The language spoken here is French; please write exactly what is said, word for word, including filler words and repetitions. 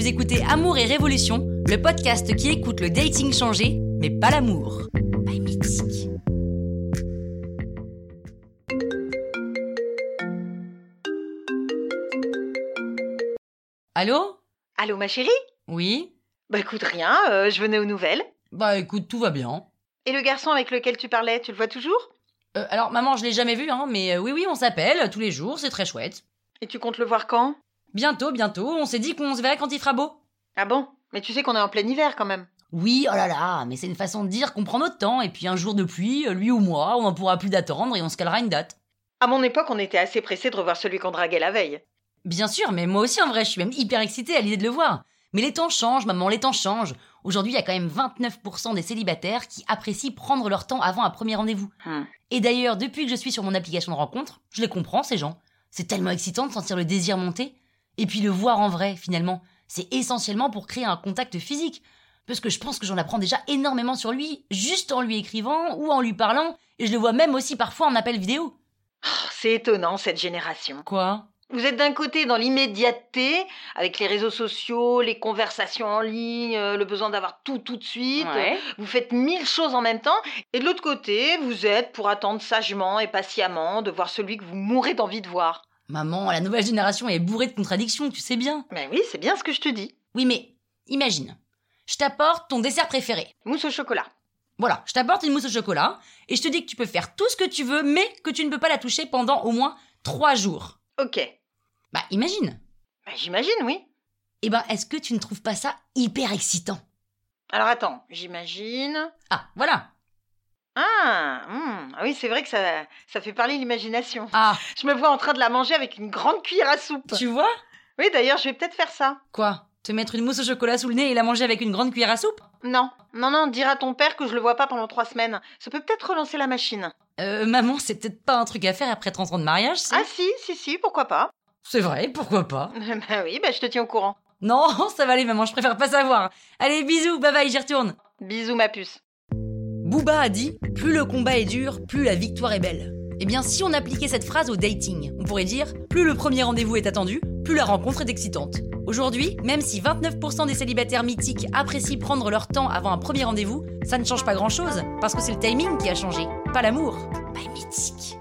Vous écoutez Amour et Révolution, le podcast qui écoute le dating changé, mais pas l'amour. By Mythique. Allô ? Allô ma chérie ? Oui ? Bah écoute rien, euh, je venais aux nouvelles. Bah écoute, tout va bien. Et le garçon avec lequel tu parlais, tu le vois toujours ? Euh, alors maman, je l'ai jamais vu, hein, mais euh, oui oui, on s'appelle tous les jours, c'est très chouette. Et tu comptes le voir quand ? Bientôt, bientôt, on s'est dit qu'on se verrait quand il fera beau. Ah bon ? Mais tu sais qu'on est en plein hiver quand même. Oui, oh là là, mais c'est une façon de dire qu'on prend notre temps, et puis un jour de pluie, lui ou moi, on n'en pourra plus d'attendre et on se calera une date. À mon époque, on était assez pressés de revoir celui qu'on draguait la veille. Bien sûr, mais moi aussi en vrai, je suis même hyper excitée à l'idée de le voir. Mais les temps changent, maman, les temps changent. Aujourd'hui, il y a quand même vingt-neuf pour cent des célibataires qui apprécient prendre leur temps avant un premier rendez-vous. Hmm. Et d'ailleurs, depuis que je suis sur mon application de rencontre, je les comprends, ces gens. C'est tellement excitant de sentir le désir monter. Et puis le voir en vrai, finalement, c'est essentiellement pour créer un contact physique. Parce que je pense que j'en apprends déjà énormément sur lui, juste en lui écrivant ou en lui parlant. Et je le vois même aussi parfois en appel vidéo. Oh, c'est étonnant cette génération. Quoi ? Vous êtes d'un côté dans l'immédiateté, avec les réseaux sociaux, les conversations en ligne, euh, le besoin d'avoir tout tout de suite. Ouais. Vous faites mille choses en même temps. Et de l'autre côté, vous êtes pour attendre sagement et patiemment de voir celui que vous mourrez d'envie de voir. Maman, la nouvelle génération est bourrée de contradictions, tu sais bien. Ben oui, c'est bien ce que je te dis. Oui, mais imagine, je t'apporte ton dessert préféré. Mousse au chocolat. Voilà, je t'apporte une mousse au chocolat et je te dis que tu peux faire tout ce que tu veux, mais que tu ne peux pas la toucher pendant au moins trois jours. Ok. Bah, imagine. Ben, j'imagine, oui. Eh ben, est-ce que tu ne trouves pas ça hyper excitant ? Alors attends, j'imagine... Ah, voilà. Ah, hum, ah oui, c'est vrai que ça, ça fait parler l'imagination. Ah, Je me vois en train de la manger avec une grande cuillère à soupe. tu vois ? Oui, d'ailleurs, je vais peut-être faire ça. Quoi ? Te mettre une mousse au chocolat sous le nez et la manger avec une grande cuillère à soupe ? Non, non, non, dire à ton père que je le vois pas pendant trois semaines. Ça peut peut-être relancer la machine. Euh, maman, c'est peut-être pas un truc à faire après trente ans de mariage, si ? Ah si, si, si, pourquoi pas. C'est vrai, pourquoi pas ? Ben oui, ben je te tiens au courant. Non, ça va aller, maman, je préfère pas savoir. Allez, bisous, bye bye, j'y retourne. Bisous ma puce. Booba a dit « Plus le combat est dur, plus la victoire est belle ». Eh bien, si on appliquait cette phrase au dating, on pourrait dire « Plus le premier rendez-vous est attendu, plus la rencontre est excitante ». Aujourd'hui, même si vingt-neuf pour cent des célibataires mythiques apprécient prendre leur temps avant un premier rendez-vous, ça ne change pas grand-chose, parce que c'est le timing qui a changé, pas l'amour. By Mythique.